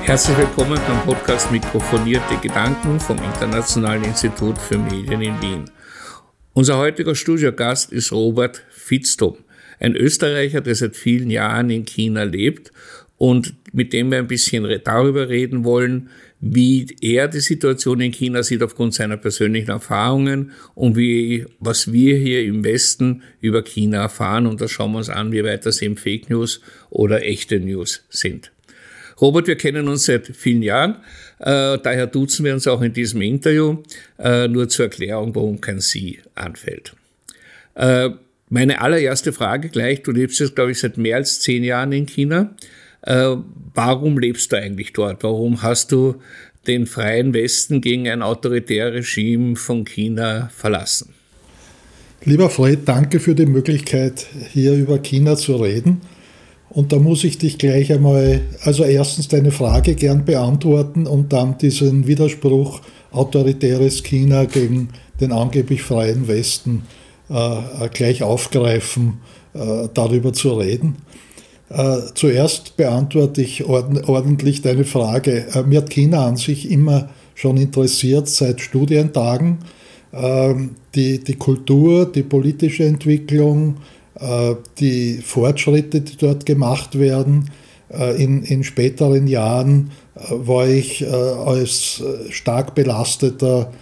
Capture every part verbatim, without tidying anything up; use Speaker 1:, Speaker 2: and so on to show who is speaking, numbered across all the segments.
Speaker 1: Herzlich willkommen beim Podcast Mikrofonierte Gedanken vom Internationalen Institut für Medien in Wien. Unser heutiger Studiogast ist Robert Vitzthum, ein Österreicher, der seit vielen Jahren in China lebt und mit dem wir ein bisschen darüber reden wollen, wie er die Situation in China sieht aufgrund seiner persönlichen Erfahrungen und wie, was wir hier im Westen über China erfahren. Und das schauen wir uns an, wie weit das eben Fake News oder echte News sind. Robert, wir kennen uns seit vielen Jahren, äh, daher duzen wir uns auch in diesem Interview, äh, nur zur Erklärung, warum kein Sie anfällt. Äh, meine allererste Frage gleich, du lebst jetzt, glaube ich, seit mehr als zehn Jahren in China. Äh, warum lebst du eigentlich dort? Warum hast du den freien Westen gegen ein autoritäres Regime von China verlassen?
Speaker 2: Lieber Fred, danke für die Möglichkeit, hier über China zu reden. Und da muss ich dich gleich einmal, also erstens deine Frage gern beantworten und dann diesen Widerspruch autoritäres China gegen den angeblich freien Westen äh, gleich aufgreifen, äh, darüber zu reden. Äh, zuerst beantworte ich ord- ordentlich deine Frage. Äh, mir hat China an sich immer schon interessiert, seit Studientagen. Äh, die, die Kultur, die politische Entwicklung, die Fortschritte, die dort gemacht werden. In, in späteren Jahren war ich als stark belasteter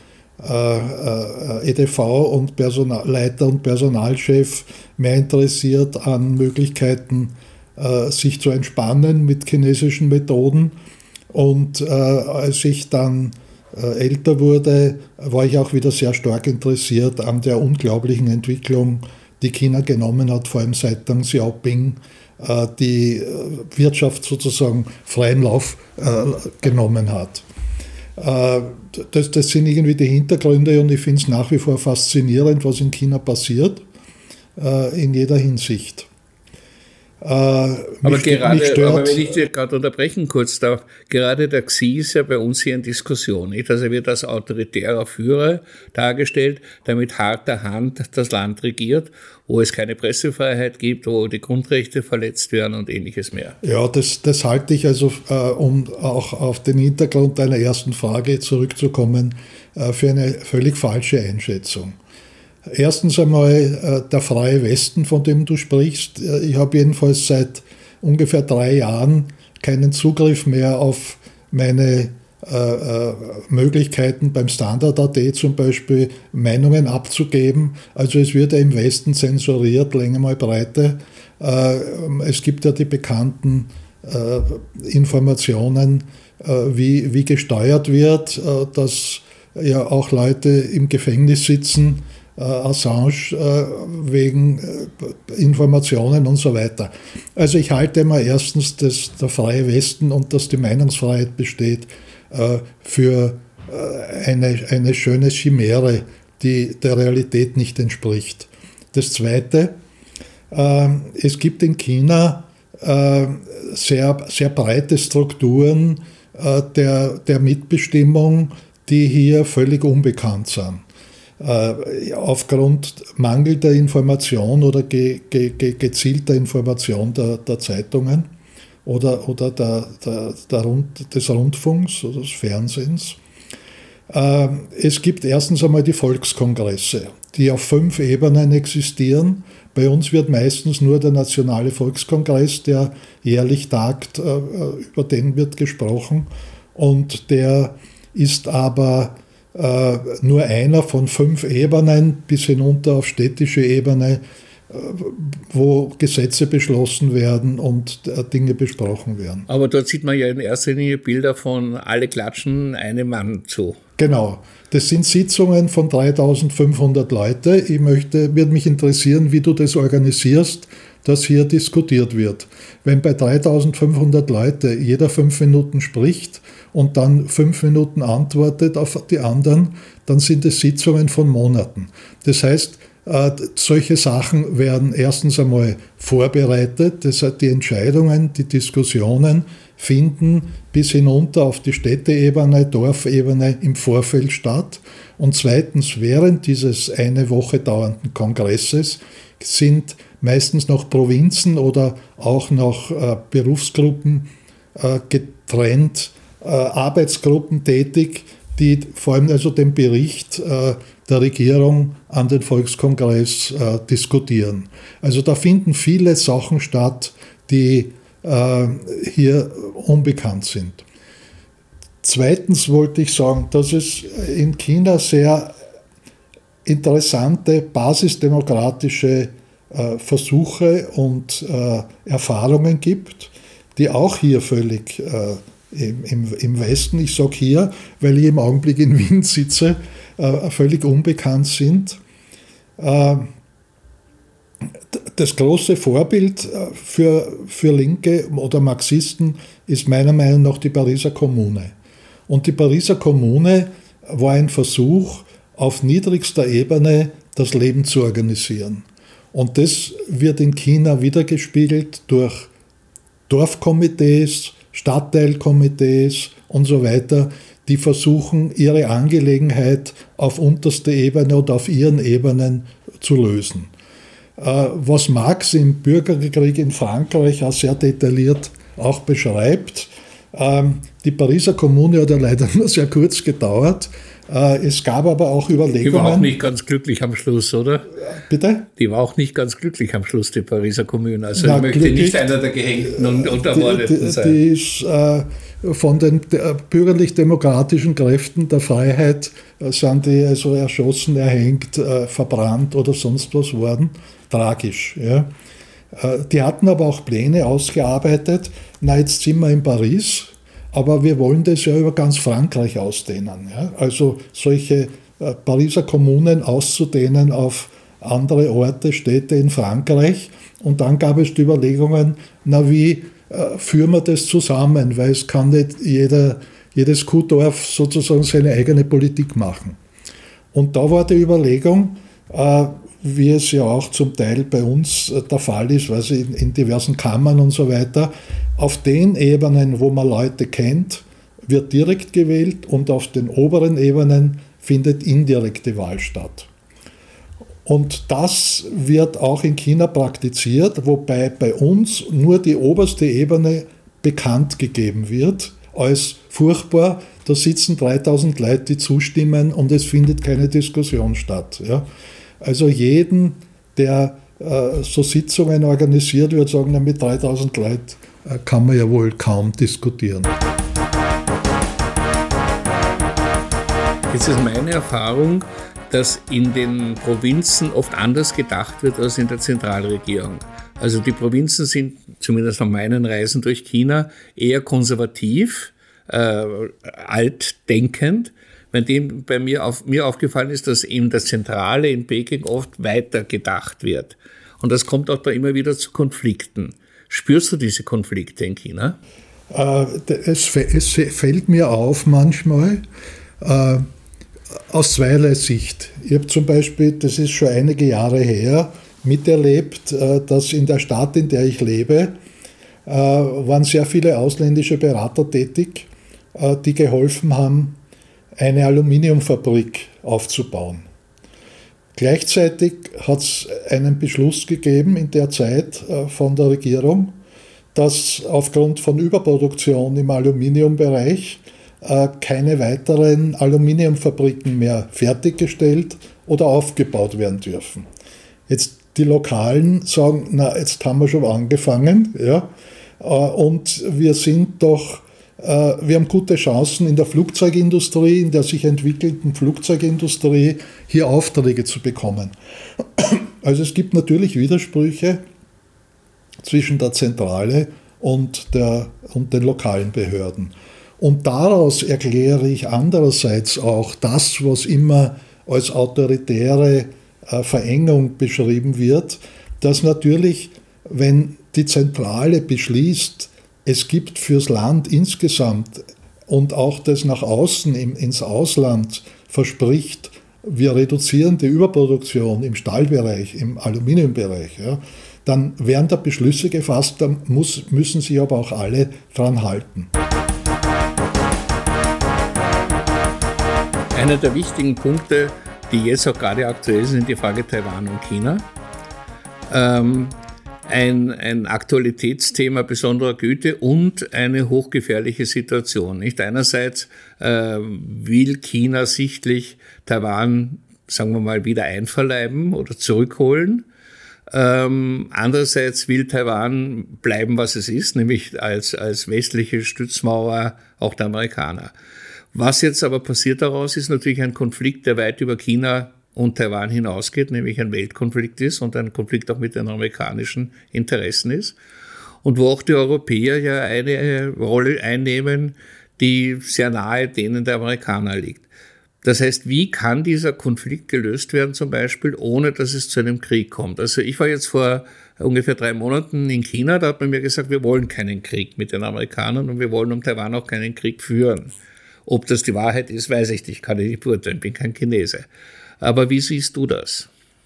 Speaker 2: E D V und Personal, Leiter und Personalchef mehr interessiert an Möglichkeiten, sich zu entspannen mit chinesischen Methoden. Und als ich dann älter wurde, war ich auch wieder sehr stark interessiert an der unglaublichen Entwicklung, die China genommen hat, vor allem seit Deng Xiaoping die Wirtschaft sozusagen freien Lauf genommen hat. Das, das sind irgendwie die Hintergründe und ich finde es nach wie vor faszinierend, was in China passiert, in jeder Hinsicht.
Speaker 1: Aber, gerade, aber wenn ich dir gerade unterbrechen kurz darf, gerade der Xi ist ja bei uns hier in Diskussion, nicht? Also er wird als autoritärer Führer dargestellt, der mit harter Hand das Land regiert, wo es keine Pressefreiheit gibt, wo die Grundrechte verletzt werden und ähnliches mehr.
Speaker 2: Ja, das, das halte ich also, äh, um auch auf den Hintergrund deiner ersten Frage zurückzukommen, äh, für eine völlig falsche Einschätzung. Erstens einmal der freie Westen, von dem du sprichst. Ich habe jedenfalls seit ungefähr drei Jahren keinen Zugriff mehr auf meine äh, Möglichkeiten beim Standard Punkt A T zum Beispiel Meinungen abzugeben. Also es wird ja im Westen zensuriert, Länge mal Breite. Äh, es gibt ja die bekannten äh, Informationen, äh, wie, wie gesteuert wird, äh, dass ja auch Leute im Gefängnis sitzen, Assange wegen Informationen und so weiter. Also ich halte immer erstens, dass der freie Westen und dass die Meinungsfreiheit besteht, für eine, eine schöne Chimäre, die der Realität nicht entspricht. Das Zweite, es gibt in China sehr, sehr breite Strukturen der, der Mitbestimmung, die hier völlig unbekannt sind. Aufgrund mangelnder Information oder ge, ge, ge, gezielter Information der, der Zeitungen oder, oder der, der, der Rund, des Rundfunks oder des Fernsehens. Es gibt erstens einmal die Volkskongresse, die auf fünf Ebenen existieren. Bei uns wird meistens nur der Nationale Volkskongress, der jährlich tagt, über den wird gesprochen und der ist aber Uh, nur einer von fünf Ebenen bis hinunter auf städtische Ebene, uh, wo Gesetze beschlossen werden und uh, Dinge besprochen werden.
Speaker 1: Aber dort sieht man ja in erster Linie Bilder von alle klatschen einem Mann zu.
Speaker 2: Genau. Das sind Sitzungen von dreitausendfünfhundert Leute. Ich möchte, würde mich interessieren, wie du das organisierst, dass hier diskutiert wird. Wenn bei dreitausendfünfhundert Leute jeder fünf Minuten spricht und dann fünf Minuten antwortet auf die anderen, dann sind es Sitzungen von Monaten. Das heißt, äh, solche Sachen werden erstens einmal vorbereitet, das heißt, die Entscheidungen, die Diskussionen finden bis hinunter auf die Städteebene, Dorfebene im Vorfeld statt. Und zweitens, während dieses eine Woche dauernden Kongresses sind meistens noch Provinzen oder auch noch äh, Berufsgruppen äh, getrennt äh, Arbeitsgruppen tätig, die vor allem also den Bericht äh, der Regierung an den Volkskongress äh, diskutieren. Also da finden viele Sachen statt, die äh, hier unbekannt sind. Zweitens wollte ich sagen, dass es in China sehr interessante basisdemokratische äh, Versuche und äh, Erfahrungen gibt, die auch hier völlig äh, im, im, im Westen, ich sage hier, weil ich im Augenblick in Wien sitze, äh, völlig unbekannt sind. Äh, das große Vorbild für, für Linke oder Marxisten ist meiner Meinung nach die Pariser Kommune. Und die Pariser Kommune war ein Versuch, auf niedrigster Ebene das Leben zu organisieren. Und das wird in China wiedergespiegelt durch Dorfkomitees, Stadtteilkomitees und so weiter, die versuchen, ihre Angelegenheit auf unterster Ebene oder auf ihren Ebenen zu lösen. Was Marx im Bürgerkrieg in Frankreich auch sehr detailliert auch beschreibt. Die Pariser Kommune hat ja leider nur sehr kurz gedauert. Es gab aber auch Überlegungen.
Speaker 1: Die war auch nicht ganz glücklich am Schluss, oder?
Speaker 2: Bitte?
Speaker 1: Die war auch nicht ganz glücklich am Schluss, die Pariser Kommune. Also
Speaker 2: Na,
Speaker 1: ich möchte
Speaker 2: glücklich,
Speaker 1: nicht einer der Gehängten und, und Ermordeten
Speaker 2: die, die,
Speaker 1: sein.
Speaker 2: Die ist äh, von den bürgerlich-demokratischen Kräften der Freiheit äh, sind die also erschossen, erhängt, äh, verbrannt oder sonst was worden. Tragisch. Ja. Äh, die hatten aber auch Pläne ausgearbeitet. Na, jetzt sind wir in Paris. Aber wir wollen das ja über ganz Frankreich ausdehnen. Ja? Also solche äh, Pariser Kommunen auszudehnen auf andere Orte, Städte in Frankreich. Und dann gab es die Überlegungen, na wie äh, führen wir das zusammen? Weil es kann nicht jeder, jedes Kuhdorf sozusagen seine eigene Politik machen. Und da war die Überlegung, äh, wie es ja auch zum Teil bei uns der Fall ist, also in, in diversen Kammern und so weiter, auf den Ebenen, wo man Leute kennt, wird direkt gewählt und auf den oberen Ebenen findet indirekte Wahl statt. Und das wird auch in China praktiziert, wobei bei uns nur die oberste Ebene bekannt gegeben wird, als furchtbar, da sitzen dreitausend Leute, die zustimmen und es findet keine Diskussion statt. Ja. Also jeden, der äh, so Sitzungen organisiert, würde sagen, na, mit dreitausend Leuten äh, kann man ja wohl kaum diskutieren.
Speaker 1: Jetzt ist meine Erfahrung, dass in den Provinzen oft anders gedacht wird als in der Zentralregierung. Also die Provinzen sind, zumindest auf meinen Reisen durch China, eher konservativ, äh, altdenkend. Bei dem bei mir, auf, mir aufgefallen ist, dass eben das Zentrale in Peking oft weiter gedacht wird. Und das kommt auch da immer wieder zu Konflikten. Spürst du diese Konflikte in China?
Speaker 2: Äh, es, es fällt mir auf manchmal, äh, aus zweierlei Sicht. Ich habe zum Beispiel, das ist schon einige Jahre her, miterlebt, äh, dass in der Stadt, in der ich lebe, äh, waren sehr viele ausländische Berater tätig, äh, die geholfen haben, eine Aluminiumfabrik aufzubauen. Gleichzeitig hat es einen Beschluss gegeben in der Zeit äh, von der Regierung, dass aufgrund von Überproduktion im Aluminiumbereich äh, keine weiteren Aluminiumfabriken mehr fertiggestellt oder aufgebaut werden dürfen. Jetzt die Lokalen sagen, na, jetzt haben wir schon angefangen, ja, äh, und wir sind doch Wir haben gute Chancen in der Flugzeugindustrie, in der sich entwickelnden Flugzeugindustrie, hier Aufträge zu bekommen. Also es gibt natürlich Widersprüche zwischen der Zentrale und, der, und den lokalen Behörden. Und daraus erkläre ich andererseits auch das, was immer als autoritäre äh, Verengung beschrieben wird, dass natürlich, wenn die Zentrale beschließt, es gibt fürs Land insgesamt und auch das nach außen ins Ausland verspricht, wir reduzieren die Überproduktion im Stahlbereich, im Aluminiumbereich, ja, dann werden da Beschlüsse gefasst, da muss, müssen sich aber auch alle dran halten.
Speaker 1: Einer der wichtigen Punkte, die jetzt auch gerade aktuell sind, die Frage Taiwan und China. Ähm, ein, ein Aktualitätsthema besonderer Güte und eine hochgefährliche Situation. Nicht einerseits äh, will China sichtlich Taiwan, sagen wir mal, wieder einverleiben oder zurückholen. Ähm, andererseits will Taiwan bleiben, was es ist, nämlich als, als westliche Stützmauer auch der Amerikaner. Was jetzt aber passiert daraus, ist natürlich ein Konflikt, der weit über China und Taiwan hinausgeht, nämlich ein Weltkonflikt ist und ein Konflikt auch mit den amerikanischen Interessen ist. Und wo auch die Europäer ja eine Rolle einnehmen, die sehr nahe denen der Amerikaner liegt. Das heißt, wie kann dieser Konflikt gelöst werden zum Beispiel, ohne dass es zu einem Krieg kommt? Also ich war jetzt vor ungefähr drei Monaten in China, da hat man mir gesagt, wir wollen keinen Krieg mit den Amerikanern und wir wollen um Taiwan auch keinen Krieg führen. Ob das die Wahrheit ist, weiß ich nicht, kann ich nicht beurteilen, bin kein Chinese. Aber wie siehst du das?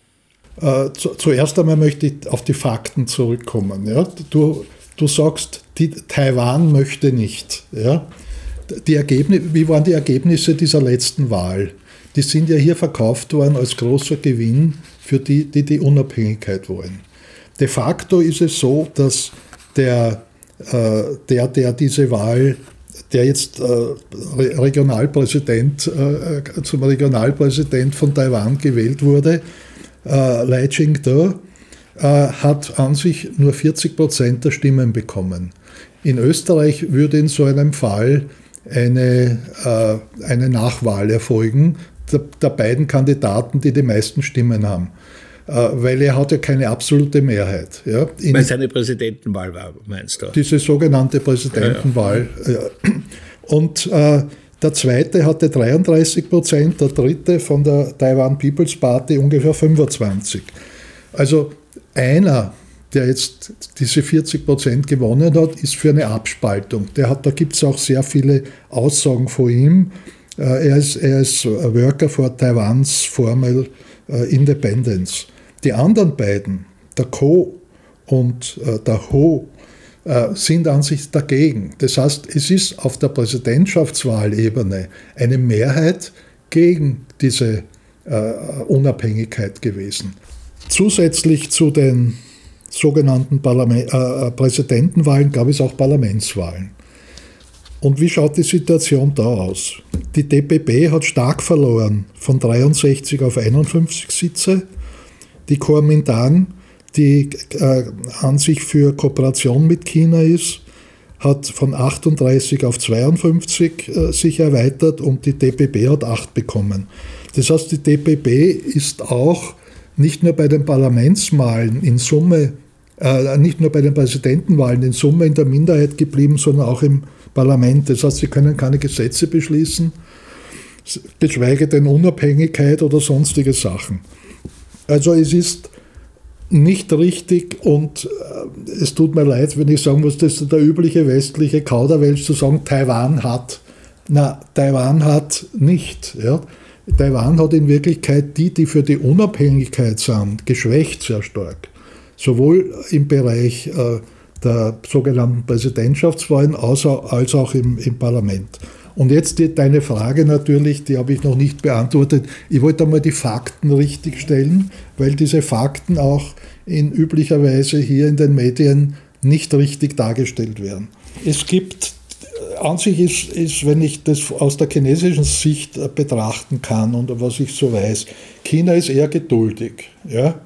Speaker 2: Äh, zu, zuerst einmal möchte ich auf die Fakten zurückkommen. Ja? Du, du sagst, die, Taiwan möchte nicht. Ja? Die Ergebnis, wie waren die Ergebnisse dieser letzten Wahl? Die sind ja hier verkauft worden als großer Gewinn für die, die die Unabhängigkeit wollen. De facto ist es so, dass der, äh, der, der diese Wahl der jetzt äh, Regionalpräsident, äh, zum Regionalpräsident von Taiwan gewählt wurde, äh, Lai Ching-te, äh, hat an sich nur vierzig Prozent der Stimmen bekommen. In Österreich würde in so einem Fall eine, äh, eine Nachwahl erfolgen, der, der beiden Kandidaten, die die meisten Stimmen haben. Äh, weil er hat ja keine absolute Mehrheit. Ja. In,
Speaker 1: weil es eine Präsidentenwahl war, meinst du?
Speaker 2: Diese sogenannte Präsidentenwahl. Ja, ja. Und äh, der zweite hatte dreiunddreißig Prozent, der dritte von der Taiwan People's Party ungefähr fünfundzwanzig. Also einer, der jetzt diese vierzig Prozent gewonnen hat, ist für eine Abspaltung. Der hat, da gibt es auch sehr viele Aussagen von ihm. Äh, er ist, er ist Worker for Taiwans Formal äh, Independence. Die anderen beiden, der Ko und äh, der Ho, äh, sind an sich dagegen. Das heißt, es ist auf der Präsidentschaftswahlebene eine Mehrheit gegen diese äh, Unabhängigkeit gewesen. Zusätzlich zu den sogenannten Parlament, äh, Präsidentenwahlen gab es auch Parlamentswahlen. Und wie schaut die Situation da aus? Die D P P hat stark verloren, von dreiundsechzig auf einundfünfzig Sitze. Die Kuomintang, die äh, an sich für Kooperation mit China ist, hat von achtunddreißig auf zweiundfünfzig äh, sich erweitert und die D P P hat acht bekommen. Das heißt, die D P P ist auch nicht nur bei den Parlamentswahlen in Summe, äh, nicht nur bei den Präsidentenwahlen in Summe in der Minderheit geblieben, sondern auch im Parlament. Das heißt, sie können keine Gesetze beschließen, geschweige denn Unabhängigkeit oder sonstige Sachen. Also es ist nicht richtig und äh, es tut mir leid, wenn ich sagen muss, das ist der übliche westliche Kauderwelsch zu sagen, Taiwan hat. Na, Taiwan hat nicht. Ja. Taiwan hat in Wirklichkeit die, die für die Unabhängigkeit sind, geschwächt sehr stark. Sowohl im Bereich äh, der sogenannten Präsidentschaftswahlen als auch, als auch im, im Parlament. Und jetzt die, deine Frage natürlich, die habe ich noch nicht beantwortet. Ich wollte einmal die Fakten richtigstellen, weil diese Fakten auch in üblicher Weise hier in den Medien nicht richtig dargestellt werden. Es gibt, an sich ist, ist, wenn ich das aus der chinesischen Sicht betrachten kann und was ich so weiß, China ist eher geduldig. Ja?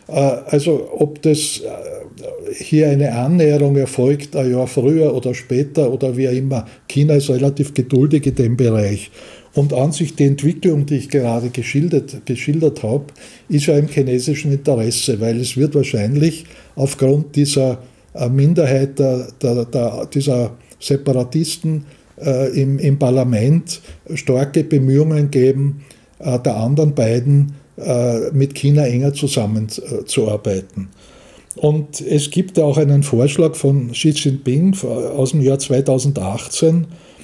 Speaker 2: Also ob das hier eine Annäherung erfolgt, ein Jahr früher oder später oder wie auch immer, China ist relativ geduldig in dem Bereich. Und an sich die Entwicklung, die ich gerade geschildert, geschildert habe, ist ja im chinesischen Interesse, weil es wird wahrscheinlich aufgrund dieser Minderheit, der, der, der, dieser Separatisten äh, im, im Parlament starke Bemühungen geben, äh, der anderen beiden äh, mit China enger zusammenzuarbeiten. Und es gibt auch einen Vorschlag von Xi Jinping aus dem Jahr zweitausendachtzehn,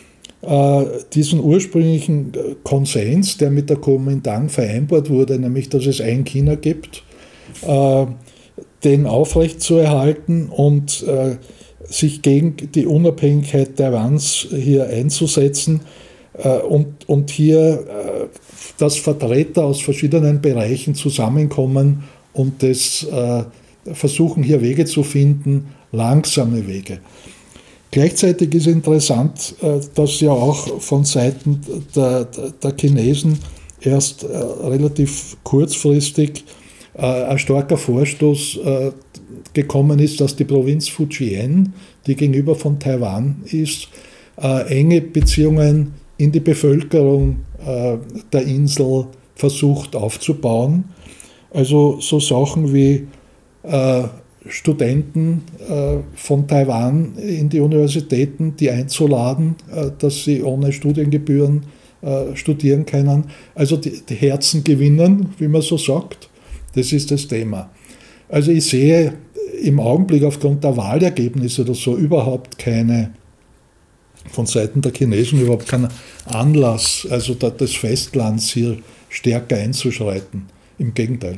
Speaker 2: äh, diesen ursprünglichen Konsens, der mit der Kuomintang vereinbart wurde, nämlich dass es ein China gibt, äh, den aufrechtzuerhalten und äh, sich gegen die Unabhängigkeit Taiwans hier einzusetzen äh, und, und hier, äh, dass Vertreter aus verschiedenen Bereichen zusammenkommen und das äh, versuchen hier Wege zu finden, langsame Wege. Gleichzeitig ist interessant, dass ja auch von Seiten der, der Chinesen erst relativ kurzfristig ein starker Vorstoß gekommen ist, dass die Provinz Fujian, die gegenüber von Taiwan ist, enge Beziehungen in die Bevölkerung der Insel versucht aufzubauen. Also so Sachen wie Studenten äh, von Taiwan in die Universitäten, die einzuladen, äh, dass sie ohne Studiengebühren äh, studieren können. Also die, die Herzen gewinnen, wie man so sagt. Das ist das Thema. Also ich sehe im Augenblick aufgrund der Wahlergebnisse oder so überhaupt keine, von Seiten der Chinesen überhaupt keinen Anlass, also des Festlands hier stärker einzuschreiten. Im Gegenteil.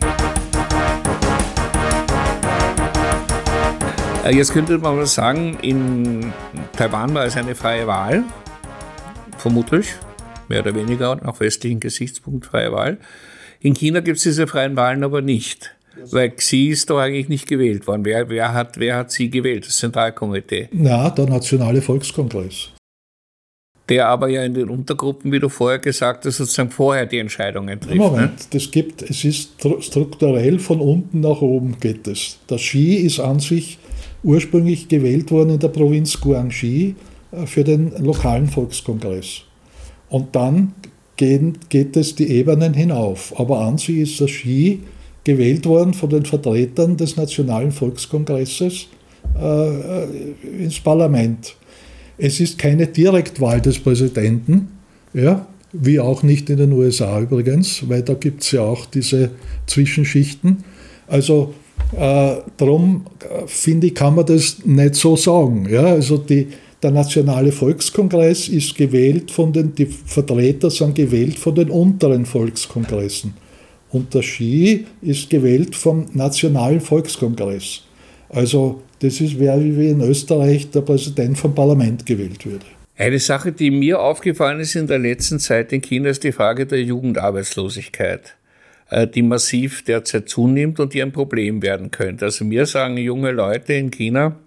Speaker 1: Jetzt könnte man mal sagen, in Taiwan war es eine freie Wahl, vermutlich, mehr oder weniger nach westlichen Gesichtspunkt freie Wahl. In China gibt es diese freien Wahlen aber nicht, weil Xi ist doch eigentlich nicht gewählt worden. Wer, wer, hat, wer hat sie gewählt, das Zentralkomitee?
Speaker 2: Na, der Nationale Volkskongress.
Speaker 1: Der aber ja in den Untergruppen, wie du vorher gesagt hast, sozusagen vorher die Entscheidungen trifft.
Speaker 2: Moment,
Speaker 1: ne?
Speaker 2: das gibt, es ist strukturell von unten nach oben geht es. Der Xi ist an sich ursprünglich gewählt worden in der Provinz Guangxi für den lokalen Volkskongress. Und dann gehen, geht es die Ebenen hinauf. Aber an sich ist der Xi gewählt worden von den Vertretern des Nationalen Volkskongresses äh, ins Parlament. Es ist keine Direktwahl des Präsidenten, ja, wie auch nicht in den U S A übrigens, weil da gibt es ja auch diese Zwischenschichten. Also äh, darum äh, finde ich, kann man das nicht so sagen. Ja? Also die, der Nationale Volkskongress ist gewählt von den, die Vertreter sind gewählt von den unteren Volkskongressen. Und der Xi ist gewählt vom Nationalen Volkskongress. Also das ist, wäre wie in Österreich der Präsident vom Parlament gewählt würde.
Speaker 1: Eine Sache, die mir aufgefallen ist in der letzten Zeit in China, ist die Frage der Jugendarbeitslosigkeit, die massiv derzeit zunimmt und die ein Problem werden könnte. Also mir sagen junge Leute in China,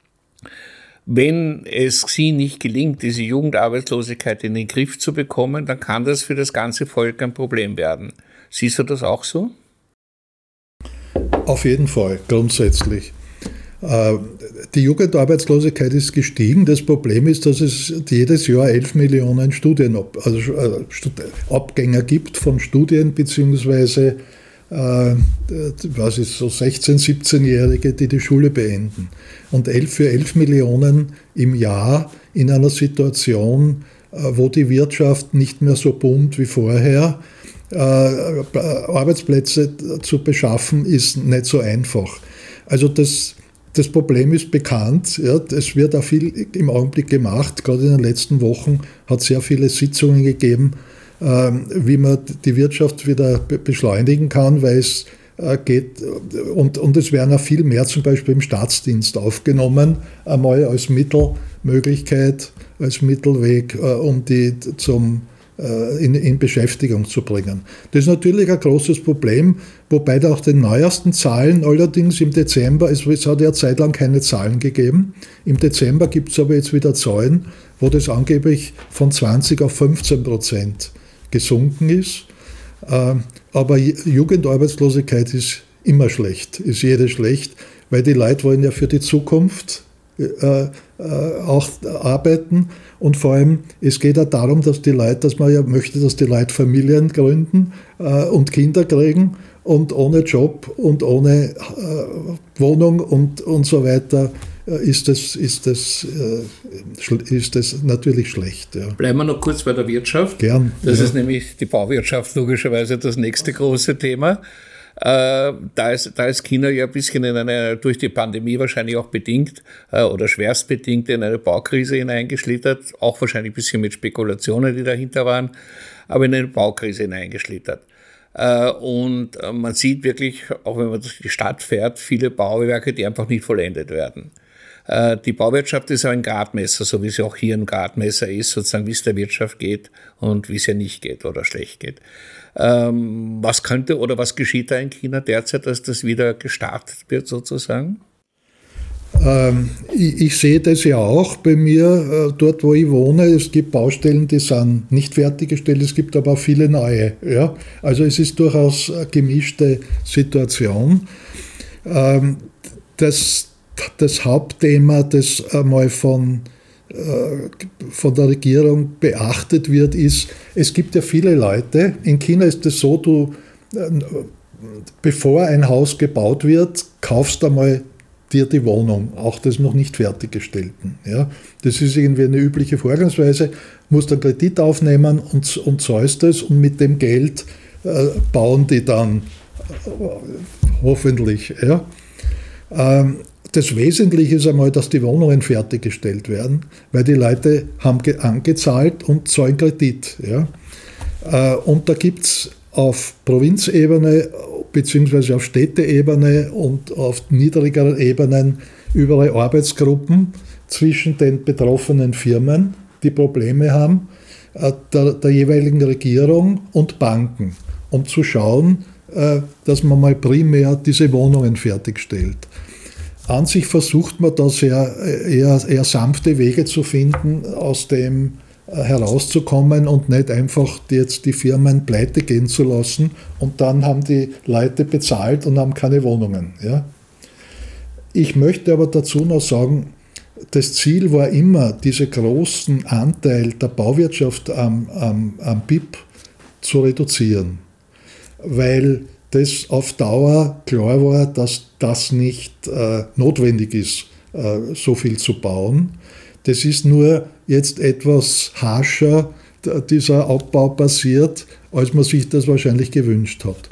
Speaker 1: wenn es Xi nicht gelingt, diese Jugendarbeitslosigkeit in den Griff zu bekommen, dann kann das für das ganze Volk ein Problem werden. Siehst du das auch so?
Speaker 2: Auf jeden Fall, grundsätzlich. Die Jugendarbeitslosigkeit ist gestiegen. Das Problem ist, dass es jedes Jahr elf Millionen Studienab also Abgänger gibt von Studien, beziehungsweise äh, was ist so sechzehn-, siebzehnjährige, die die Schule beenden. Und elf für elf Millionen im Jahr in einer Situation, wo die Wirtschaft nicht mehr so boomt wie vorher, äh, Arbeitsplätze zu beschaffen, ist nicht so einfach. Also das Das Problem ist bekannt, ja, es wird auch viel im Augenblick gemacht, gerade in den letzten Wochen hat es sehr viele Sitzungen gegeben, ähm, wie man die Wirtschaft wieder be- beschleunigen kann, weil es äh, geht und, und es werden auch viel mehr zum Beispiel im Staatsdienst aufgenommen, einmal als Mittelmöglichkeit, als Mittelweg, äh, um die zum In, in Beschäftigung zu bringen. Das ist natürlich ein großes Problem, wobei da auch den neuesten Zahlen allerdings im Dezember, es, es hat ja eine Zeit lang keine Zahlen gegeben, im Dezember gibt es aber jetzt wieder Zahlen, wo das angeblich von zwanzig auf fünfzehn Prozent gesunken ist. Aber Jugendarbeitslosigkeit ist immer schlecht, ist jede schlecht, weil die Leute wollen ja für die Zukunft Äh, äh, auch arbeiten und vor allem, es geht ja darum, dass die Leute, dass man ja möchte, dass die Leute Familien gründen äh, und Kinder kriegen und ohne Job und ohne äh, Wohnung und, und so weiter äh, ist das, ist, das, äh, ist das natürlich schlecht. Ja.
Speaker 1: Bleiben wir noch kurz bei der Wirtschaft.
Speaker 2: Gern.
Speaker 1: Das
Speaker 2: ja.
Speaker 1: ist nämlich die Bauwirtschaft logischerweise das nächste große Thema. Äh, da ist, da ist China ja ein bisschen in eine, durch die Pandemie wahrscheinlich auch bedingt äh, oder schwerstbedingt in eine Baukrise hineingeschlittert, auch wahrscheinlich ein bisschen mit Spekulationen, die dahinter waren, aber in eine Baukrise hineingeschlittert. Äh, und äh, man sieht wirklich, auch wenn man durch die Stadt fährt, viele Bauwerke, die einfach nicht vollendet werden. Äh, die Bauwirtschaft ist ein Gradmesser, so wie sie auch hier ein Gradmesser ist, sozusagen, wie es der Wirtschaft geht und wie es ja nicht geht oder schlecht geht. Ähm, was könnte oder was geschieht da in China derzeit, dass das wieder gestartet wird sozusagen?
Speaker 2: Ähm, ich, ich sehe das ja auch bei mir, äh, dort wo ich wohne. Es gibt Baustellen, die sind nicht fertiggestellt, es gibt aber auch viele neue. Ja? Also es ist durchaus eine gemischte Situation. Ähm, das, das Hauptthema, das einmal von, äh, von der Regierung beachtet wird, ist, es gibt ja viele Leute. In China ist es so, du, äh, bevor ein Haus gebaut wird, kaufst du einmal dir die Wohnung, auch das noch nicht fertiggestellten. Ja. Das ist irgendwie eine übliche Vorgangsweise, musst einen Kredit aufnehmen und, und zahlst es und mit dem Geld äh, bauen die dann äh, hoffentlich. Ja. Ähm, das Wesentliche ist einmal, dass die Wohnungen fertiggestellt werden, weil die Leute haben angezahlt und zahlen Kredit. Ja. Äh, und da gibt es auf Provinzebene beziehungsweise auf Städteebene und auf niedrigeren Ebenen überall Arbeitsgruppen zwischen den betroffenen Firmen, die Probleme haben, der, der jeweiligen Regierung und Banken, um zu schauen, dass man mal primär diese Wohnungen fertigstellt. An sich versucht man da sehr eher, eher sanfte Wege zu finden, aus dem herauszukommen und nicht einfach jetzt die Firmen pleite gehen zu lassen und dann haben die Leute bezahlt und haben keine Wohnungen. Ja. Ich möchte aber dazu noch sagen, das Ziel war immer, diesen großen Anteil der Bauwirtschaft am, am, am B I P zu reduzieren, weil das auf Dauer klar war, dass das nicht äh, notwendig ist, äh, so viel zu bauen. Das ist nur jetzt etwas harscher, dieser Abbau passiert, als man sich das wahrscheinlich gewünscht hat.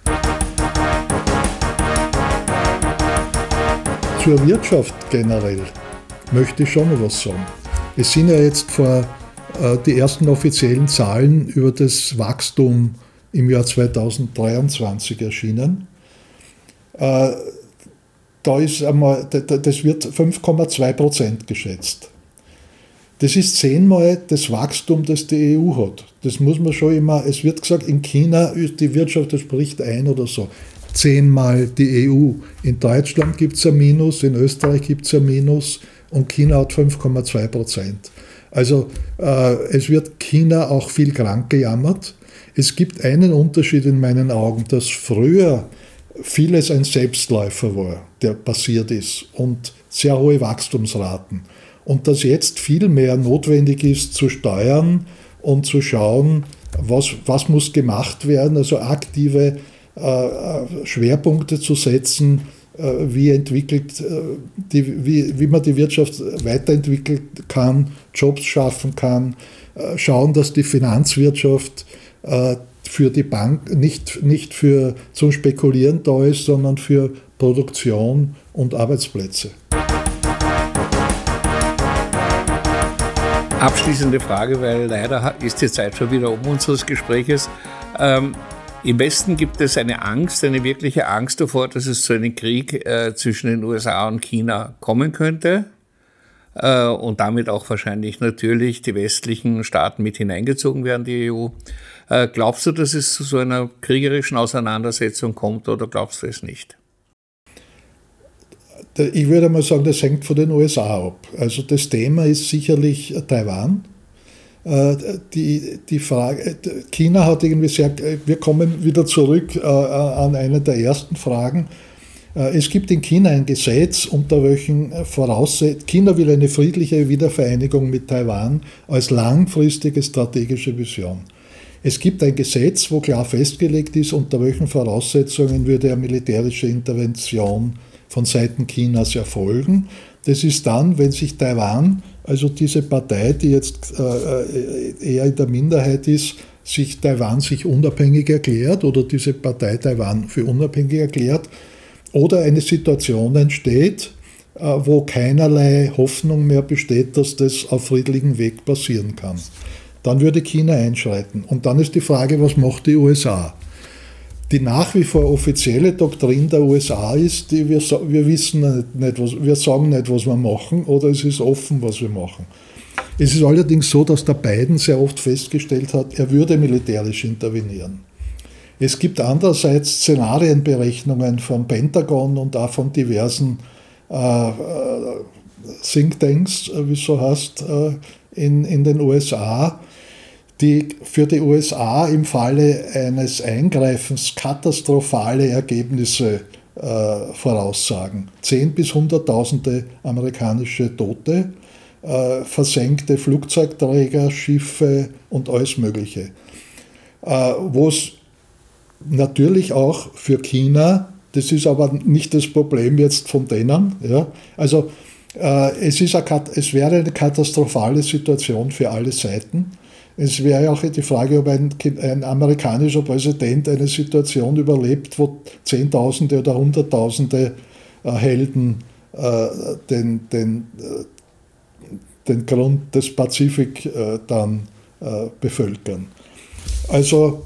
Speaker 2: Zur Wirtschaft generell möchte ich schon noch was sagen. Es sind ja jetzt vor äh, die ersten offiziellen Zahlen über das Wachstum im Jahr zweitausenddreiundzwanzig erschienen. Äh, da ist einmal, das wird fünf Komma zwei Prozent geschätzt. Das ist zehnmal das Wachstum, das die E U hat. Das muss man schon immer, es wird gesagt, in China ist die Wirtschaft, das bricht ein oder so. Zehnmal die E U. In Deutschland gibt es ein Minus, in Österreich gibt es ein Minus und China hat fünf Komma zwei Prozent. Also äh, es wird China auch viel krank gejammert. Es gibt einen Unterschied in meinen Augen, dass früher vieles ein Selbstläufer war, der passiert ist und sehr hohe Wachstumsraten. Und dass jetzt viel mehr notwendig ist, zu steuern und zu schauen, was, was muss gemacht werden, also aktive äh, Schwerpunkte zu setzen, äh, wie, entwickelt, äh, die, wie, wie man die Wirtschaft weiterentwickeln kann, Jobs schaffen kann, äh, schauen, dass die Finanzwirtschaft äh, für die Bank nicht, nicht für zum Spekulieren da ist, sondern für Produktion und Arbeitsplätze.
Speaker 1: Abschließende Frage, weil leider ist die Zeit schon wieder um unseres Gespräches. Ähm, Im Westen gibt es eine Angst, eine wirkliche Angst davor, dass es zu einem Krieg äh, zwischen den U S A und China kommen könnte äh, und damit auch wahrscheinlich natürlich die westlichen Staaten mit hineingezogen werden, die E U. Äh, glaubst du, dass es zu so einer kriegerischen Auseinandersetzung kommt oder glaubst du es nicht?
Speaker 2: Ich würde mal sagen, das hängt von den U S A ab. Also das Thema ist sicherlich Taiwan. Die, die Frage, China hat irgendwie sehr, wir kommen wieder zurück an eine der ersten Fragen. Es gibt in China ein Gesetz, unter welchen Voraussetzungen, China will eine friedliche Wiedervereinigung mit Taiwan als langfristige strategische Vision. Es gibt ein Gesetz, wo klar festgelegt ist, unter welchen Voraussetzungen würde eine militärische Intervention von Seiten Chinas erfolgen. Das ist dann, wenn sich Taiwan, also diese Partei, die jetzt äh, eher in der Minderheit ist, sich Taiwan sich unabhängig erklärt oder diese Partei Taiwan für unabhängig erklärt oder eine Situation entsteht, äh, wo keinerlei Hoffnung mehr besteht, dass das auf friedlichem Weg passieren kann. Dann würde China einschreiten. Und dann ist die Frage, was macht die U S A? die nach wie vor offizielle Doktrin der U S A ist, die wir, wir wissen nicht, was, wir sagen nicht, was wir machen, oder es ist offen, was wir machen. Es ist allerdings so, dass der Biden sehr oft festgestellt hat, er würde militärisch intervenieren. Es gibt andererseits Szenarienberechnungen vom Pentagon und auch von diversen äh, Thinktanks, wie es so heißt, äh, in, in den U S A, die für die U S A im Falle eines Eingreifens katastrophale Ergebnisse äh, voraussagen. Zehn bis hunderttausende amerikanische Tote, äh, versenkte Flugzeugträger, Schiffe und alles Mögliche. Äh, wo es natürlich auch für China, das ist aber nicht das Problem jetzt von denen, ja, also äh, es, ist eine, es wäre eine katastrophale Situation für alle Seiten. Es wäre auch die Frage, ob ein, ein amerikanischer Präsident eine Situation überlebt, wo Zehntausende oder Hunderttausende äh, Helden äh, den, den, äh, den Grund des Pazifik äh, dann äh, bevölkern. Also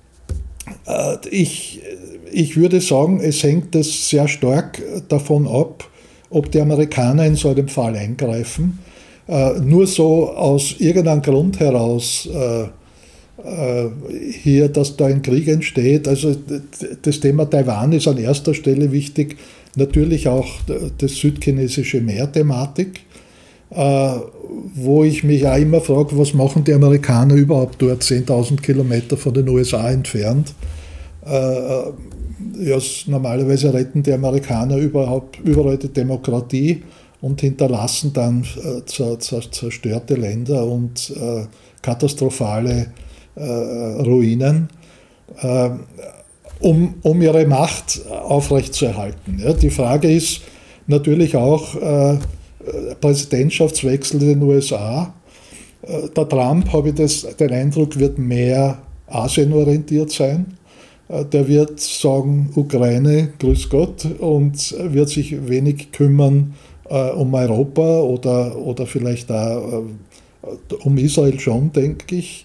Speaker 2: äh, ich, ich würde sagen, es hängt das sehr stark davon ab, ob die Amerikaner in so einem Fall eingreifen. Uh, nur so aus irgendeinem Grund heraus uh, uh, hier, dass da ein Krieg entsteht. Also das Thema Taiwan ist an erster Stelle wichtig. Natürlich auch das südchinesische Meer-Thematik, uh, wo ich mich auch immer frage, was machen die Amerikaner überhaupt dort, zehntausend Kilometer von den U S A entfernt. Uh, ja, normalerweise retten die Amerikaner überhaupt überall die Demokratie und hinterlassen dann äh, zerstörte Länder und äh, katastrophale äh, Ruinen, äh, um, um ihre Macht aufrechtzuerhalten. Ja, die Frage ist natürlich auch äh, Präsidentschaftswechsel in den U S A. Äh, der Trump, habe ich das, den Eindruck, wird mehr asienorientiert sein. Äh, der wird sagen, Ukraine, grüß Gott, und wird sich wenig kümmern um Europa oder, oder vielleicht auch um Israel schon, denke ich.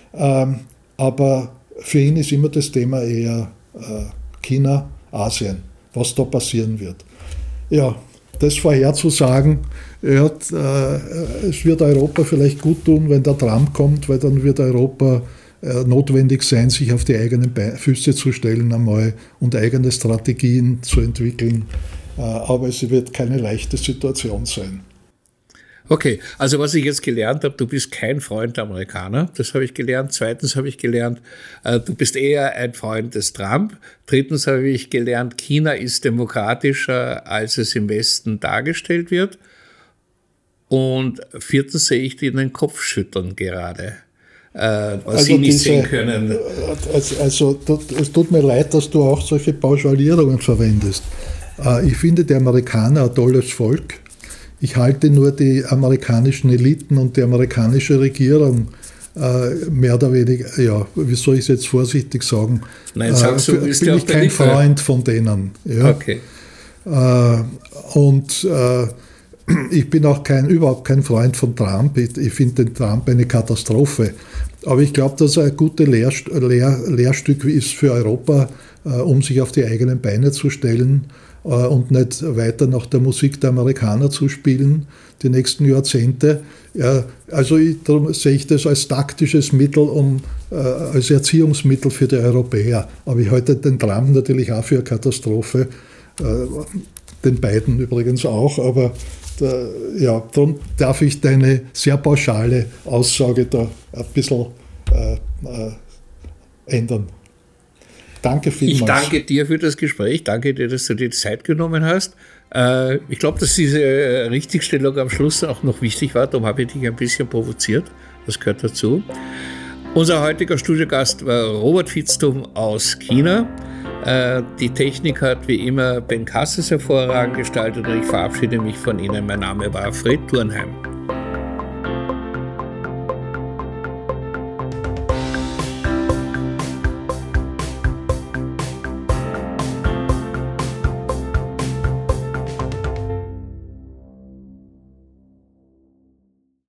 Speaker 2: Aber für ihn ist immer das Thema eher China, Asien, was da passieren wird. Ja, das vorherzusagen, ja, es wird Europa vielleicht gut tun, wenn der Trump kommt, weil dann wird Europa notwendig sein, sich auf die eigenen Füße zu stellen einmal und eigene Strategien zu entwickeln. Aber es wird keine leichte Situation sein.
Speaker 1: Okay, also was ich jetzt gelernt habe, du bist kein Freund der Amerikaner, das habe ich gelernt. Zweitens habe ich gelernt, du bist eher ein Freund des Trump. Drittens habe ich gelernt, China ist demokratischer, als es im Westen dargestellt wird. Und viertens sehe ich dir den Kopf schütteln gerade, was also Sie nicht diese, sehen können.
Speaker 2: Also, also es tut mir leid, dass du auch solche Pauschalierungen verwendest. Ich finde die Amerikaner ein tolles Volk. Ich halte nur die amerikanischen Eliten und die amerikanische Regierung äh, mehr oder weniger, ja, wie soll ich es jetzt vorsichtig sagen,
Speaker 1: Nein, sagst du,
Speaker 2: äh, bin ich kein Freund von denen. Ja.
Speaker 1: Okay.
Speaker 2: Äh, und äh, ich bin auch kein, überhaupt kein Freund von Trump. Ich, ich finde den Trump eine Katastrophe. Aber ich glaube, dass er ein gutes Lehrst- Lehr- Lehrstück ist für Europa, äh, um sich auf die eigenen Beine zu stellen äh, und nicht weiter nach der Musik der Amerikaner zu spielen, die nächsten Jahrzehnte. Ja, also ich, darum sehe ich das als taktisches Mittel, um, äh, als Erziehungsmittel für die Europäer. Aber ich halte den Trump natürlich auch für eine Katastrophe, äh, den beiden übrigens auch, aber da, ja, darum darf ich deine sehr pauschale Aussage da ein bisschen äh, äh, ändern. Danke vielmals.
Speaker 1: Ich danke dir für das Gespräch. Danke dir, dass du dir die Zeit genommen hast. Äh, ich glaube, dass diese Richtigstellung am Schluss auch noch wichtig war. Darum habe ich dich ein bisschen provoziert. Das gehört dazu. Unser heutiger Studiogast war Robert Vitzthum aus China. Äh, die Technik hat wie immer Ben Kasses hervorragend gestaltet und ich verabschiede mich von Ihnen. Mein Name war Fred Thurnheim.